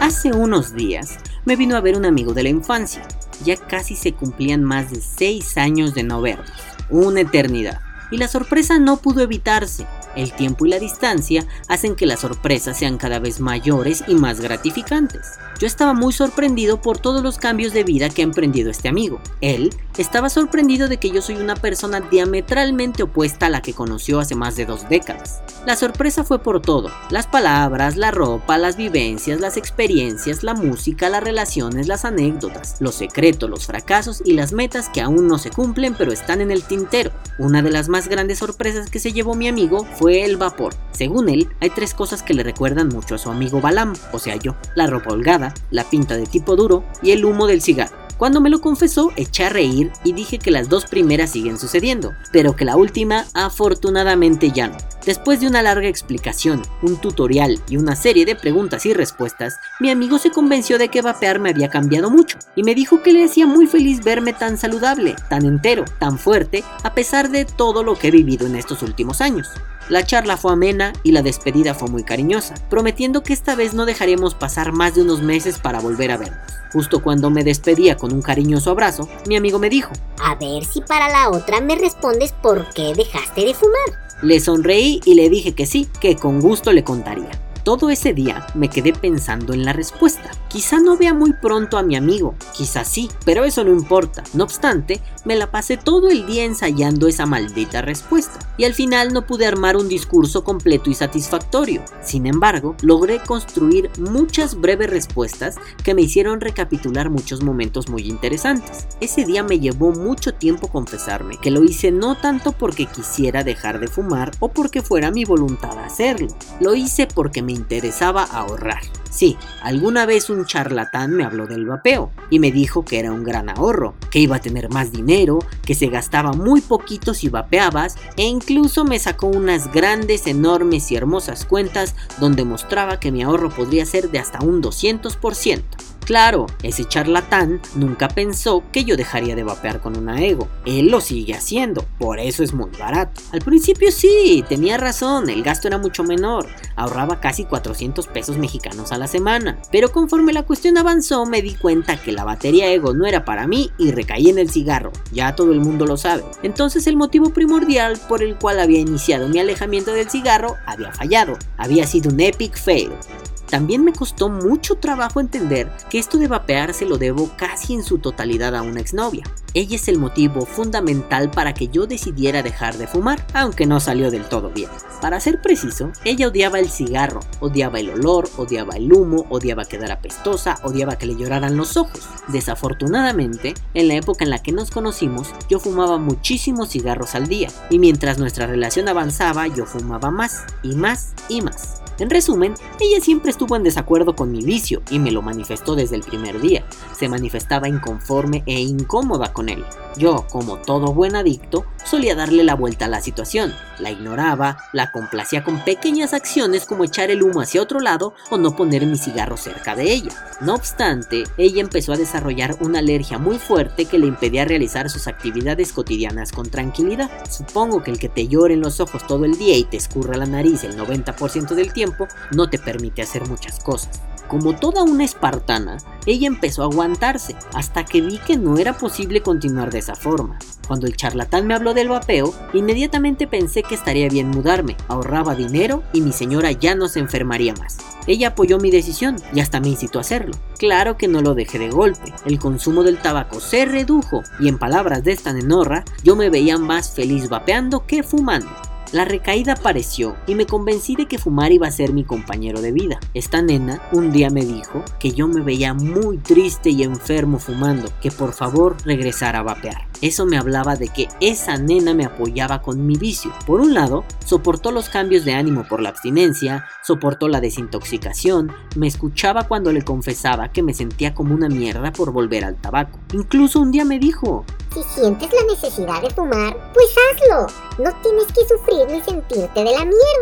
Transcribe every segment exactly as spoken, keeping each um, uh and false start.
Hace unos días me vino a ver un amigo de la infancia. Ya casi se cumplían más de seis años de no vernos, una eternidad. Y la sorpresa no pudo evitarse. El tiempo y la distancia hacen que las sorpresas sean cada vez mayores y más gratificantes. Yo estaba muy sorprendido por todos los cambios de vida que ha emprendido este amigo. Él estaba sorprendido de que yo soy una persona diametralmente opuesta a la que conoció hace más de dos décadas. La sorpresa fue por todo: las palabras, la ropa, las vivencias, las experiencias, la música, las relaciones, las anécdotas, los secretos, los fracasos y las metas que aún no se cumplen pero están en el tintero. Una de las más grandes sorpresas que se llevó mi amigo fue el vapor. Según él, hay tres cosas que le recuerdan mucho a su amigo Balam, o sea yo: la ropa holgada, la pinta de tipo duro y el humo del cigarro. Cuando me lo confesó, eché a reír y dije que las dos primeras siguen sucediendo, pero que la última afortunadamente ya no. Después de una larga explicación, un tutorial y una serie de preguntas y respuestas, mi amigo se convenció de que vapear me había cambiado mucho y me dijo que le hacía muy feliz verme tan saludable, tan entero, tan fuerte, a pesar de todo lo que he vivido en estos últimos años. La charla fue amena y la despedida fue muy cariñosa, prometiendo que esta vez no dejaremos pasar más de unos meses para volver a vernos. Justo cuando me despedía con un cariñoso abrazo, mi amigo me dijo: a ver si para la otra me respondes por qué dejaste de fumar. Le sonreí y le dije que sí, que con gusto le contaría. Todo ese día me quedé pensando en la respuesta. Quizá no vea muy pronto a mi amigo, quizá sí, pero eso no importa. No obstante, me la pasé todo el día ensayando esa maldita respuesta y al final no pude armar un discurso completo y satisfactorio. Sin embargo, logré construir muchas breves respuestas que me hicieron recapitular muchos momentos muy interesantes. Ese día me llevó mucho tiempo confesarme que lo hice no tanto porque quisiera dejar de fumar o porque fuera mi voluntad hacerlo. Lo hice porque me interesaba ahorrar. Sí, alguna vez un charlatán me habló del vapeo y me dijo que era un gran ahorro, que iba a tener más dinero, que se gastaba muy poquito si vapeabas, e incluso me sacó unas grandes, enormes y hermosas cuentas donde mostraba que mi ahorro podría ser de hasta un doscientos por ciento. Claro, ese charlatán nunca pensó que yo dejaría de vapear con una ego. Él lo sigue haciendo, por eso es muy barato. Al principio sí, tenía razón, el gasto era mucho menor. Ahorraba casi cuatrocientos pesos mexicanos a la semana. Pero conforme la cuestión avanzó, me di cuenta que la batería ego no era para mí y recaí en el cigarro. Ya todo el mundo lo sabe. Entonces el motivo primordial por el cual había iniciado mi alejamiento del cigarro había fallado. Había sido un epic fail. También me costó mucho trabajo entender que esto de vapear se lo debo casi en su totalidad a una exnovia. Ella es el motivo fundamental para que yo decidiera dejar de fumar, aunque no salió del todo bien. Para ser preciso, ella odiaba el cigarro, odiaba el olor, odiaba el humo, odiaba quedar apestosa, odiaba que le lloraran los ojos. Desafortunadamente, en la época en la que nos conocimos, yo fumaba muchísimos cigarros al día, y mientras nuestra relación avanzaba, yo fumaba más, y más, y más. En resumen, ella siempre estuvo en desacuerdo con mi vicio y me lo manifestó desde el primer día. Se manifestaba inconforme e incómoda con él. Yo, como todo buen adicto, solía darle la vuelta a la situación. La ignoraba, la complacía con pequeñas acciones como echar el humo hacia otro lado o no poner mi cigarro cerca de ella. No obstante, ella empezó a desarrollar una alergia muy fuerte que le impedía realizar sus actividades cotidianas con tranquilidad. Supongo que el que te llore en los ojos todo el día y te escurra la nariz el noventa por ciento del tiempo no te permite hacer muchas cosas. Como toda una espartana, ella empezó a aguantarse, hasta que vi que no era posible continuar de esa forma. Cuando el charlatán me habló del vapeo, inmediatamente pensé que estaría bien mudarme, ahorraba dinero y mi señora ya no se enfermaría más. Ella apoyó mi decisión y hasta me incitó a hacerlo. Claro que no lo dejé de golpe, el consumo del tabaco se redujo y en palabras de esta nenorra, yo me veía más feliz vapeando que fumando. La recaída apareció y me convencí de que fumar iba a ser mi compañero de vida. Esta nena un día me dijo que yo me veía muy triste y enfermo fumando, que por favor regresara a vapear. Eso me hablaba de que esa nena me apoyaba con mi vicio. Por un lado, soportó los cambios de ánimo por la abstinencia, soportó la desintoxicación, me escuchaba cuando le confesaba que me sentía como una mierda por volver al tabaco. Incluso un día me dijo: si sientes la necesidad de fumar, pues hazlo. No tienes que sufrir ni sentirte de la mierda.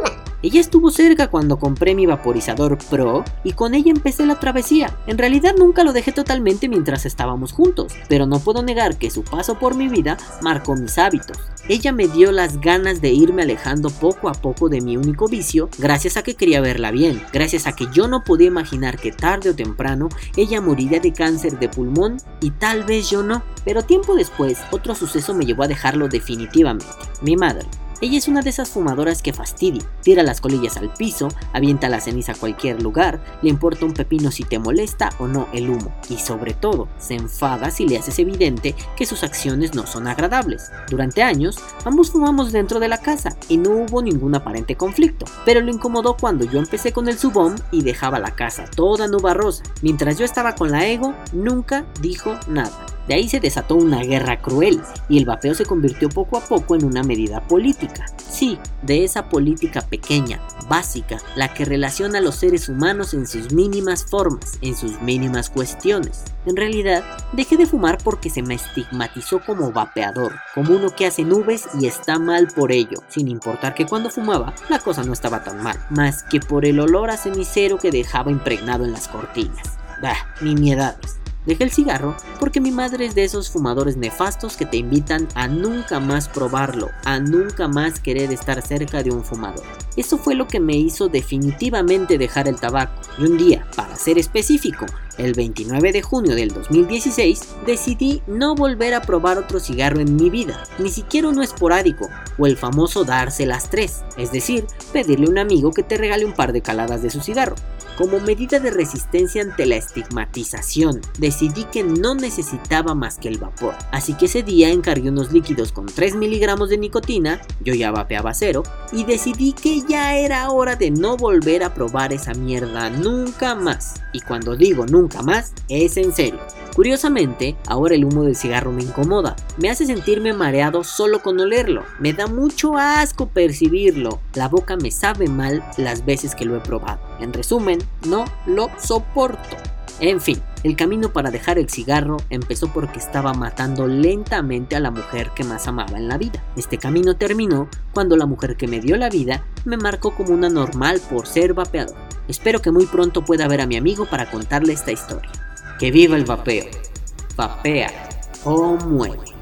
Ella estuvo cerca cuando compré mi vaporizador Pro y con ella empecé la travesía. En realidad nunca lo dejé totalmente mientras estábamos juntos, pero no puedo negar que su paso por mi vida marcó mis hábitos. Ella me dio las ganas de irme alejando poco a poco de mi único vicio, gracias a que quería verla bien, gracias a que yo no podía imaginar que tarde o temprano ella moriría de cáncer de pulmón y tal vez yo no. Pero tiempo después, otro suceso me llevó a dejarlo definitivamente. Mi madre. Ella es una de esas fumadoras que fastidia, tira las colillas al piso, avienta la ceniza a cualquier lugar, le importa un pepino si te molesta o no el humo, y sobre todo, se enfada si le haces evidente que sus acciones no son agradables. Durante años, ambos fumamos dentro de la casa y no hubo ningún aparente conflicto, pero lo incomodó cuando yo empecé con el subom y dejaba la casa toda nubarrosa. Mientras yo estaba con la ego, nunca dijo nada. De ahí se desató una guerra cruel y el vapeo se convirtió poco a poco en una medida política. Sí, de esa política pequeña, básica, la que relaciona a los seres humanos en sus mínimas formas, en sus mínimas cuestiones. En realidad, dejé de fumar porque se me estigmatizó como vapeador, como uno que hace nubes y está mal por ello, sin importar que cuando fumaba la cosa no estaba tan mal, más que por el olor a cenicero que dejaba impregnado en las cortinas. Bah, nimiedades. Dejé el cigarro porque mi madre es de esos fumadores nefastos que te invitan a nunca más probarlo, a nunca más querer estar cerca de un fumador. Eso fue lo que me hizo definitivamente dejar el tabaco. Y un día, para ser específico, el veintinueve de junio del dos mil dieciséis, decidí no volver a probar otro cigarro en mi vida, ni siquiera uno esporádico, o el famoso darse las tres, es decir, pedirle a un amigo que te regale un par de caladas de su cigarro. Como medida de resistencia ante la estigmatización, decidí que no necesitaba más que el vapor, así que ese día encargué unos líquidos con tres miligramos de nicotina, yo ya vapeaba cero, y decidí que ya era hora de no volver a probar esa mierda nunca más. Y cuando digo nunca más, es en serio. Curiosamente, ahora el humo del cigarro me incomoda, me hace sentirme mareado solo con olerlo, me da mucho asco percibirlo, la boca me sabe mal las veces que lo he probado. En resumen, no lo soporto. En fin, el camino para dejar el cigarro empezó porque estaba matando lentamente a la mujer que más amaba en la vida. Este camino terminó cuando la mujer que me dio la vida me marcó como una normal por ser vapeador. Espero que muy pronto pueda ver a mi amigo para contarle esta historia. ¡Que viva el vapeo! Vapea o muere.